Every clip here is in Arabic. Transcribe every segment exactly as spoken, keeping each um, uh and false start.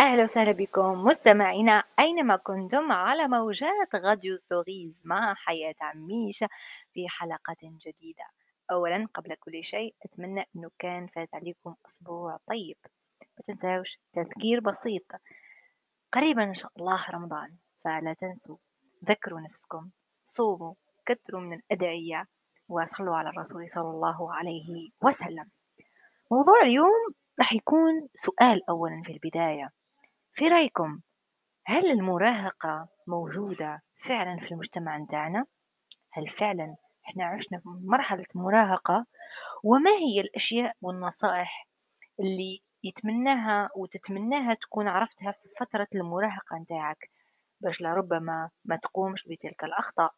أهلا وسهلا بكم مستمعينا أينما كنتم على موجات راديو ستوريز مع حياة عميشة في حلقة جديدة. أولا قبل كل شيء أتمنى أنه كان فات عليكم أسبوع طيب. ما تنساوش تذكير بسيط، قريبا إن شاء الله رمضان، فلا تنسوا ذكروا نفسكم، صوموا، كثروا من الأدعية وصلوا على الرسول صلى الله عليه وسلم. موضوع اليوم راح يكون سؤال أولا في البداية، في رأيكم هل المراهقة موجودة فعلا في المجتمع متاعنا؟ هل فعلا احنا عشنا في مرحلة مراهقة؟ وما هي الأشياء والنصائح اللي يتمناها وتتمناها تكون عرفتها في فترة المراهقة متاعك باش لربما ما تقومش بتلك الأخطاء؟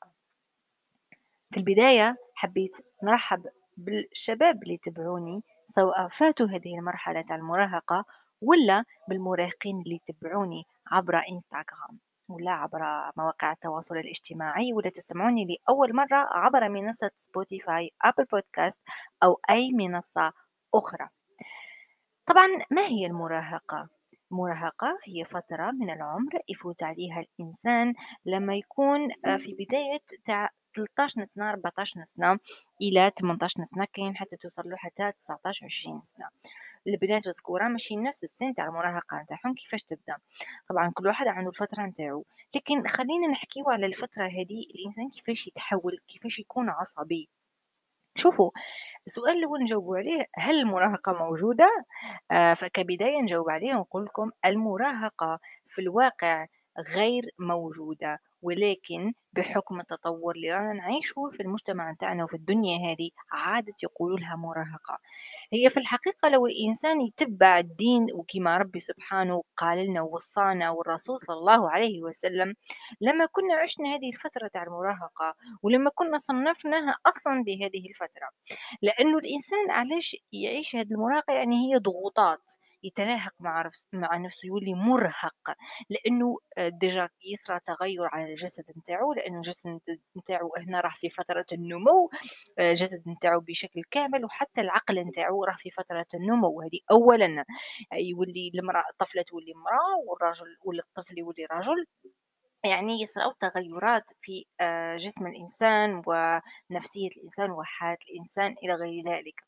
في البداية حبيت نرحب بالشباب اللي يتبعوني، سواء فاتوا هذه المرحلة تاع المراهقة ولا بالمراهقين اللي يتبعوني عبر انستغرام ولا عبر مواقع التواصل الاجتماعي، ولا تسمعوني لأول مرة عبر منصة سبوتيفاي، أبل بودكاست أو أي منصة أخرى. طبعا ما هي المراهقة؟ المراهقة هي فترة من العمر يفوت عليها الإنسان لما يكون آه، في بداية تاع ثلاثة عشر سنة، أربعة عشر سنة إلى ثمانية عشر سنة، كاين حتى توصل له حتى تسعة عشر عشرين سنة. البنات والذكورة ماشي نفس السن تاع المراهقة نتاعهم كيفاش تبدا. طبعا كل واحد عنده الفترة نتاعو، لكن خلينا نحكيو على الفترة هذه الإنسان كيفاش يتحول، كيفاش يكون عصبي. شوفوا، السؤال الأول نجاوبوا عليه، هل المراهقة موجودة؟ آه، فكبداية نجاوب عليه ونقول لكم المراهقة في الواقع غير موجودة، ولكن بحكم التطور اللي رانا نعيشه في المجتمع نتاعنا وفي الدنيا هذه عادت يقولوا لها مراهقة. هي في الحقيقة لو الإنسان يتبع الدين وكما ربي سبحانه قال لنا ووصانا والرسول صلى الله عليه وسلم، لما كنا عشنا هذه الفترة تاع المراهقة ولما كنا صنفناها أصلا بهذه الفترة. لأنه الإنسان علاش يعيش هذه المراهقة؟ يعني هي ضغوطات، يتلاحق مع رفس مع نفسه، يولي مرهق، لأنه آه، ديجا يصرى تغير على الجسد نتاعو، لأنه الجسد نتاعو هنا راح في فترة النمو، آه، الجسد نتاعو بشكل كامل، وحتى العقل نتاعو راح في فترة النمو. هذه أولا يولي المرأة، الطفلة تولي امرأة، والرجل ولا الطفل يولي رجل، يعني يصرأوا تغيرات في آه، جسم الإنسان ونفسية الإنسان وحالة الإنسان إلى غير ذلك.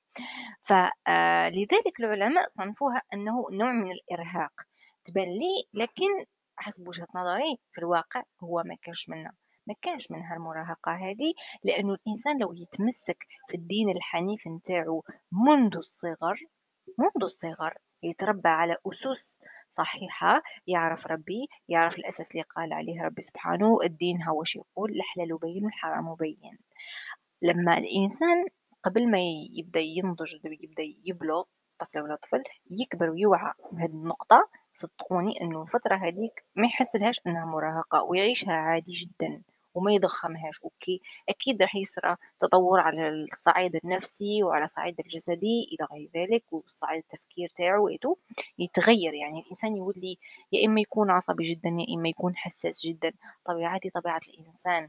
فلذلك العلماء صنفوها أنه نوع من الإرهاق، تبان لي، لكن حسب وجهة نظري في الواقع هو ما كانش منها ما كانش منها المراهقة هذه، لأنه الإنسان لو يتمسك في الدين الحنيف نتاعو منذ الصغر، منذ الصغر يتربى على أسس صحيحة، يعرف ربي، يعرف الأساس اللي قال عليه ربي سبحانه، الدين هو واش يقول، الحلال بين والحرام بين. لما الإنسان قبل ما يبدأ ينضج ويبدأ يبلغ، طفل ولا طفل يكبر ويوعى بهذه النقطة، صدقوني انه الفترة هذيك ما يحسلهاش انها مراهقة ويعيشها عادي جدا وما يضخمهاش. اوكي، اكيد راح يصير تطور على الصعيد النفسي وعلى الصعيد الجسدي الى غير ذلك، وصعيد التفكير تاعو وإيتو يتغير. يعني الانسان يولي يا اما يكون عصبي جدا يا اما يكون حساس جدا، طبيعة طبيعة الانسان.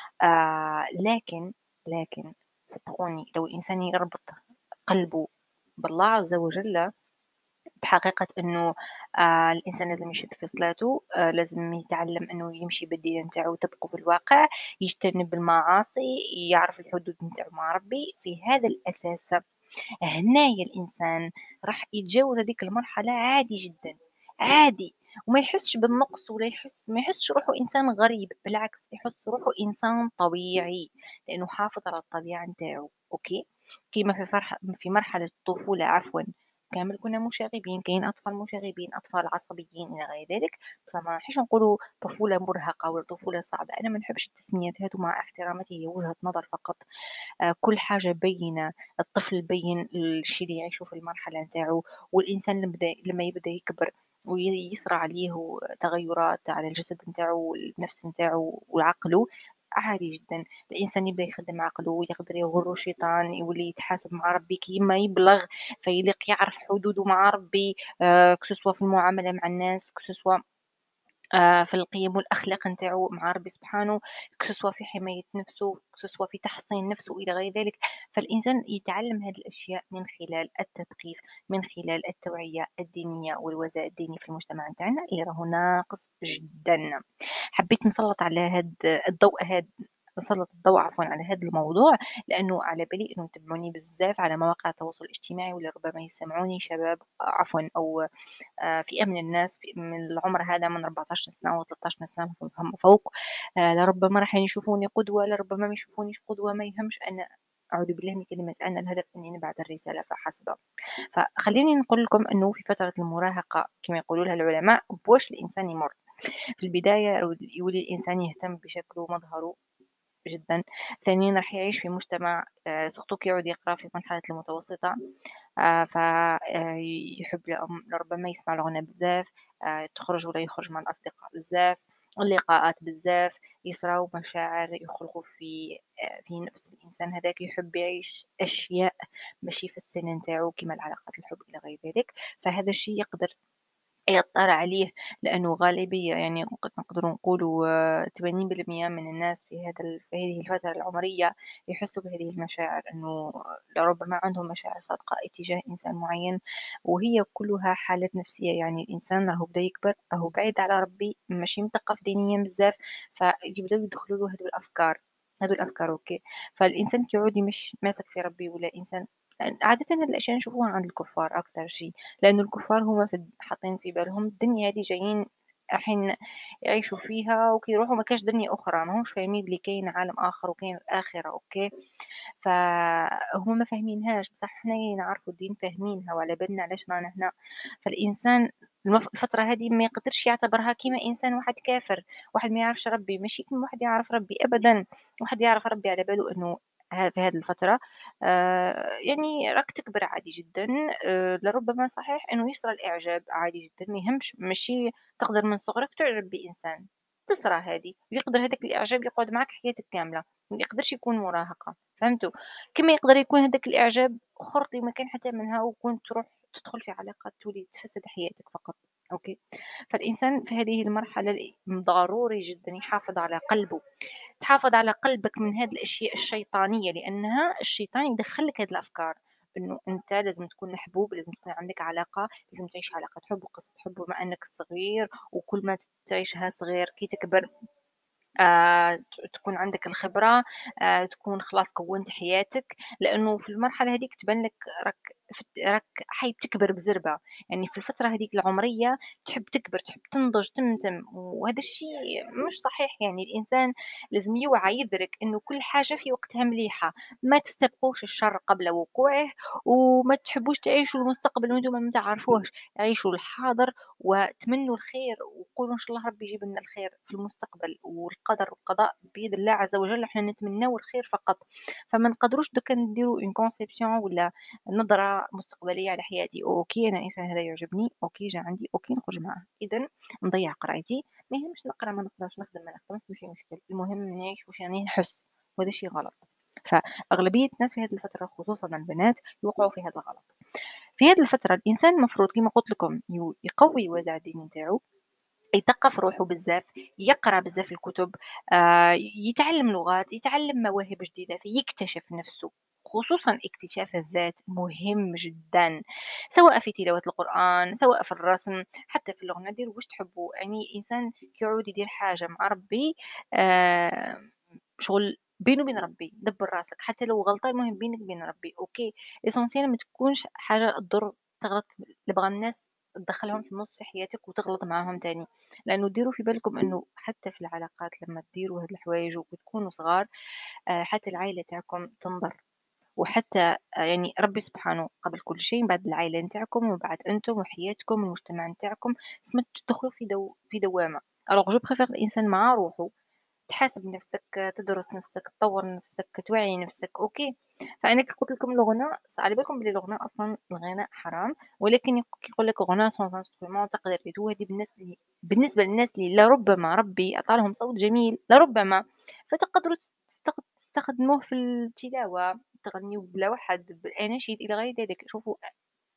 آه لكن لكن صدقوني لو الإنسان يربط قلبه بالله عز وجل، بحقيقة إنه آه الإنسان لازم يشد في صلاته، آه لازم يتعلم إنه يمشي بالدين نتاعو يطبقه في الواقع، يجتنب المعاصي، يعرف الحدود نتاعو مع ربي. في هذا الأساس هنايا الإنسان راح يتجاوز هذيك المرحلة عادي جدا، عادي، وما يحسش بالنقص ولا يحس ما يحسش روحه إنسان غريب، بالعكس يحس روحه إنسان طبيعي، لأنه حافظ على الطبيعة نتاعو. أوكي، كيما في فرح في مرحلة الطفولة عفوا كامل كنا مشاغبين، كاين أطفال مشاغبين، أطفال عصبيين إلى غير ذلك، بصح ما نحبش نقولوا طفولة مرهقة ولا طفولة صعبة، أنا ما نحبش التسميات هذو مع احتراماتي، هي وجهة نظر فقط. آه، كل حاجة بينة، الطفل بين الشيء اللي يعيشه في المرحلة نتاعو، والإنسان لما يبدأ لما يبدأ يكبر ويصرى عليه تغيرات على الجسد نتاعو والنفس نتاعو وعقله، عادي جدا الإنسان يبدأ يخدم عقله، يقدر يغر الشيطان، يولي يتحاسب مع ربي كيما يبلغ، فيليق يعرف حدوده مع ربي، آه كسوسوا في المعاملة مع الناس، كسوسوا آآ في القيم والأخلاق نتاعو مع ربي سبحانه، que ce soit في حماية نفسه، que ce soit في تحصين نفسه إلى غير ذلك. فالإنسان يتعلم هذه الأشياء من خلال التثقيف، من خلال التوعية الدينية والوعي الديني في المجتمع نتاعنا اللي راهو ناقص جدًا. حبيت نسلّط على هاد الضوء هاد نسلّط الضوء عفوًا على هذا الموضوع، لأنه على بالي إنه متابعوني بزاف على مواقع التواصل الاجتماعي، واللي ربما يسمعوني شباب عفوًا أو آآ فئة من الناس ف من العمر هذا من أربعة عشر سنة و13 سنة ف فما فوق. آآ لربما راح يشوفوني قدوة، لربما ما يشوفونيش قدوة، ما يهمش. أنا أعوذ بالله من كلمة أنا الهدف إني نبعث الرسالة فحسب. فخلّيني نقول لكم إنه في فترة المراهقة كما يقولوا لها العلماء بواش الإنسان يمُر. في البداية يولي يولي الإنسان يهتم بشكله ومظهره جدًا. ثانيًا راح يعيش في مجتمع آآ surtout كي يعود يقرا في مرحلة المتوسطة. آآ ف آآ يحب ل ربما يسمع الغنا بزاف، آآ تخرج ولا يخرج مع الأصدقاء بزاف، اللقاءات بزاف، يصراو مشاعر يخلقوا في آآ في نفس الإنسان هذاك، يحب يعيش أشياء ماشي في السن نتاعو كيما العلاقات الحب إلى غير ذلك. فهذا الشيء يقدر يطّلع عليه، لأنه غالبية يعني قد نقدروا نقولوا ثمانين بالمئة من الناس في هذا ال في هذه الفترة العمرية يحسّوا بهذه المشاعر، إنه لربما عندهم مشاعر صادقة اتجاه إنسان معيّن، وهي كلّها حالات نفسية. يعني الإنسان راهو بدا يكبر، راهو بعيد على ربي، ماشي مثقّف دينيًا بزاف، فيبداو يدخلوا له هادو الأفكار، هادو الأفكار أوكي. فالإنسان كي يعود مش ماسك في ربي ولا إنسان عادةً هاد الأشياء نشوفوها عند الكفار أكتر شي. لأنه الكفار هُم في الد حاطين في بالهم الدنيا هذه جايين رايحين يعيشوا فيها وكي يروحوا ما كاش دنيا أخرى، ماهمش فاهمين بلي كاين عالم آخر وكاين الآخرة أوكي. فهُم ما فاهمينهاش، بصح حنايا نعرفوا الدين فاهمينها وعلى بالنا علاش رانا هنا. فالإنسان المف الفترة هذه ما يقدرش يعتبرها كيما إنسان واحد كافر، واحد ما يعرفش ربي، ماشي كيما واحد يعرف ربي أبدًا. واحد يعرف ربي على باله إنه ه في هذه الفترة آآ يعني راك تكبر عادي جدًا. آآ لربما صحيح إنه يصرى الإعجاب عادي جدًا، ما يهمش، ماشي تقدر من صغرك تعجب بإنسان، تصرى هذه، ويقدر هذاك الإعجاب يقعد معاك حياتك كاملة، ما يقدرش يكون مراهقة، فهمتوا؟ كيما يقدر يكون هذاك الإعجاب خرطي ما كان حتى منها وكنت تروح تدخل في علاقات تولي تفسد حياتك فقط، أوكي؟ فالإنسان في هذه المرحلة ال ضروري جدًا يحافظ على قلبه. تحافظ على قلبك من هاد الأشياء الشيطانية، لأنها الشيطان يدخّل لك هاد الأفكار، إنه أنت لازم تكون محبوب، لازم تكون عندك علاقة، لازم تعيش علاقة حب وقصة حب بما أنك صغير، وكل ما ت تعيشها صغير كي تكبر آآ ت تكون عندك الخبرة، آآ تكون خلاص كوّنت حياتك. لإنه في المرحلة هاذيك تبان لك راك فت راك حي بتكبر بزربة. يعني في الفترة هاذيك العمرية تحب تكبر، تحب تنضج، تمتم، وهذا الشيء مش صحيح. يعني الإنسان لازم يوعى يدرك إنه كل حاجة في وقتها مليحة، ما تستبقوش الشر قبل وقوعه، وما تحبوش تعيشوا المستقبل وأنتم ما تعرفوهش، عيشوا الحاضر وتمنّوا الخير وقولوا إن شاء الله ربي يجيب لنا الخير في المستقبل، والقدر والقضاء بيد الله عز وجل، إحنا نتمنّاو الخير فقط. فما نقدروش دوكا نديروا une conception ولا نظرة مستقبلية على حياتي. أوكي أنا الإنسان هذا يعجبني، أوكي جا عندي، أوكي نخرج معاه، إذًا نضيّع قرايتي، ما يهمش نقرا ما نقراش، نخدم ما نخدمش، ماشي مشكل، المهم نعيش واش راني نحس، وهذا شي غلط. فأغلبية الناس في هذه الفترة خصوصًا البنات يوقعوا في هذا الغلط. في هذه الفترة الإنسان المفروض كيما قُلت لكم يو يقوي الوازع الديني نتاعو، يثقّف روحه بزاف، يقرا بزاف الكتب، آآ يتعلّم لغات، يتعلّم مواهب جديدة، فيكتشف نَفْسه، خصوصًا اكتشاف الذات مهم جدًا، سواء في تلاوة القرآن، سواء في الرسم، حتى في الغنا، ديروا واش تحبوا. يعني الإنسان كي يعود يدير حاجة مع ربي آآ شغل بينه وبين ربي، دبّر راسك، حتى لو غلطة المهم بينك وبين ربي، أوكي. l'essentiel ما تكونش حاجة تضر، تغلط تبغى الناس تدخّلهم في النُص في حياتك وتغلط معاهم تاني. لأنه ديروا في بالكم إنه حتى في العلاقات لمّا ديروا هاد الحوايج وتكونوا صغار، آآ حتى العايلة تاعكم تنضر، وحتى آآ يعني ربي سبحانه قبل كل شيء، من بعد العايلة نتاعكم، ومن بعد أنتم وحياتكم والمجتمع نتاعكم، تسمى تدخلوا في دو في دوّامة. alors je préfère الإنسان مع روحه، تحاسب نفسك، تدرس نفسك، تطوّر نفسك، توعي نفسك، أوكي. فأنا كي قُلت لكم الغنا س على بالكم بلي الغنا أصلًا الغناء حرام، ولكن يق كي يقول لك غنا sans instrument تقدر تدوّر هذه بالناس اللي بالنسبة للناس اللي لربما ربي أعطى لهم صوت جميل، لربما، فتقدروا تس تستخ تستخدموه في التلاوة، تغنيوا بلا وحد، بالأناشيد إلى غير ذلك. شوفوا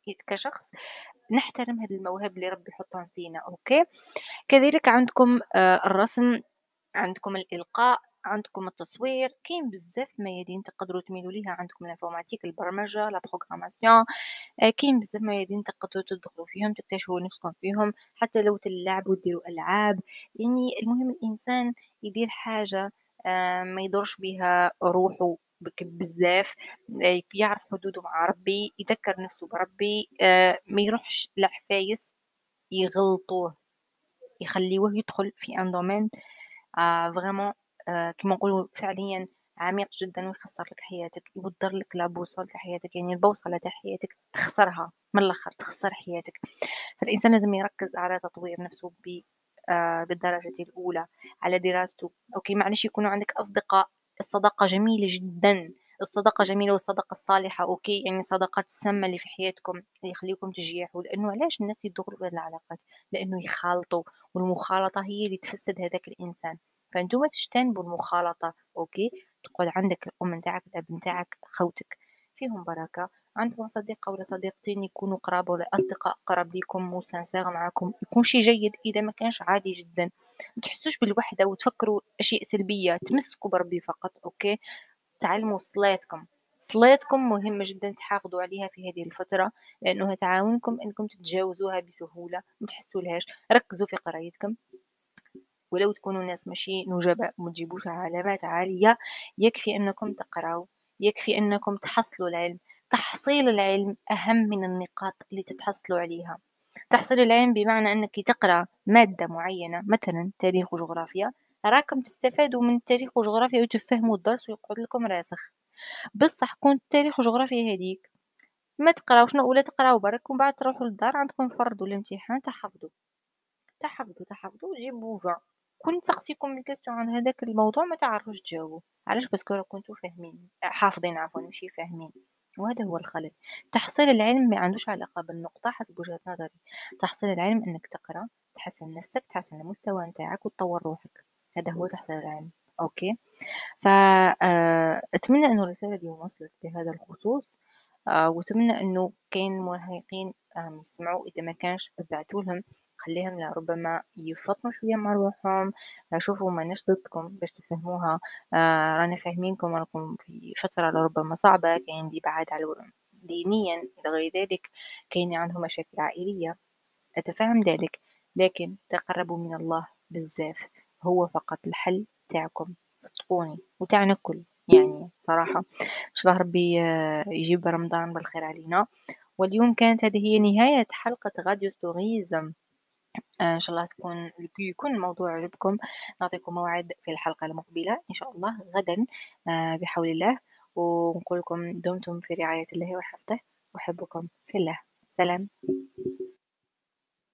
كشخص نحترم هاد المواهب اللي ربي يحطّهم فينا، أوكي؟ كذلك عندكم آآ الرسم، عندكم الإلقاء، عندكم التصوير، كاين بزاف ميادين تقدروا تميلوا ليها، عندكم الانفورماتيك، البرمجة، la programmation، آآ كاين بزاف ميادين تقدروا تدخلوا فيهم، تكتشفوا نفسكم فيهم، حتى لو تلعبوا ديروا ألعاب، يعني المهم الإنسان يدير حاجة آآ ما يضرش بها روحه بك بزاف، آآ يعرف حدوده مع ربي، يذكّر نفسه بربي، آآ ما يروحش لعفايس يغلطوه، يخلّيوه يدخل في un domaine آآ vraiment آآ كيما نقولوا فعليًا عميق جدًا ويخسّر لك حياتك، يوضّر لك لا بوصول تاع حياتك، يعني البوصلة تاع حياتك تخسرها من الآخر، تخسر حياتك. فالإنسان لازم يركّز على تطوير نفسه ب آآ بالدرجة الأولى، على دراسته. أوكي، معليش يكونوا عندك أصدقاء، الصداقة جميلة جدًا، الصداقة جميلة والصداقة الصالحة أوكي، يعني الصداقات السامة اللي في حياتكم اللي يخليوكم تجيحوا، لإنه علاش الناس يدخلوا في هاد العلاقات؟ لإنه يخالطوا، والمخالطة هي اللي تفسد هذاك الإنسان. فأنتم تجتنبوا المخالطة أوكي، تقعد عندك الأم نتاعك، الأب نتاعك، خوتك فيهم بركة، عندكم صديقة ولا صديقتين يكونوا قراب ولا أصدقاء قراب ليكم وسانسير معاكم، يكون شي جيد. إذا ما كانش عادي جدًا، ما تحسوش بالوحدة وتفكروا أشياء سلبية، تمسكوا بربي فقط أوكي، تعلموا صلاتكم، صلاتكم مهمة جدًا تحافظوا عليها في هذه الفترة، لأنها تعاونكم إنكم تتجاوزوها بسهولة، ما تحسولهاش، ركزوا في قرايتكم، ولو تكونوا ناس ماشي نجباء وما تجيبوش علامات عالية، يكفي أنكم تقراوا، يكفي أنكم تحصلوا العلم. تحصيل العلم أهم من النقاط اللي تتحصلوا عليها. تحصيل العلم بمعنى أنك تقرأ مادة معينة مثلا تاريخ وجغرافيا، راكم تستفادوا من التاريخ وجغرافيا وتفهموا الدرس ويقعد لكم راسخ. بصح كون التاريخ وجغرافيا هذيك ما تقراوش ولا تقراو برك ومن بعد تروحوا للدار عندكم فرض ولا امتحان تحفظوا، تحفظوا تحفظوا وتجيبوا فين. كون سقسيكم الكاستيون عن هذاك الموضوع ما تعرفوش تجاوبوا، علاش؟ باسكو راكم كنتو فاهمين حافظين عفوا ماشي فاهمين، وهذا هو الخلل. تحصيل العلم ما عندوش علاقة بالنقطة حسب وجهة نظري، تحصيل العلم انك تقرا، تحسن نفسك، تحسن المستوى نتاعك وتطور روحك، هذا هو تحصيل العلم اوكي. فأتمنى أنه الرسالة اليوم وصلت بهذا الخصوص، آه، وأتمنى أنه كاين مراهقين آم، يسمعوا، إذا ما كانش ابعتوا لهم، خليهم ربما يفطنوا شوية مع روحهم. آه، شوفوا ماناش ضدكم باش تفهموها، آه، رانا فاهمينكم، راكم في فترة ربما صعبة، كاين اللي بعاد على دينيا إلى غير ذلك، كاين عندهم مشاكل عائلية، أتفهم ذلك، لكن تقربوا من الله بزاف، هو فقط الحل تاعكم، صدقوني وتاعنا الكل. يعني صراحة إن شاء الله ربي آه، يجيب رمضان بالخير علينا. واليوم كانت هذه هي نهاية حلقة راديو ستوريز، آه، إن شاء الله تكون يكون الموضوع عجبكم. نعطيكم موعد في الحلقة المقبلة إن شاء الله غدا آه، بحول الله، ونقول لكم دمتم في رعاية الله وحفظه، أحبكم في الله. سلام.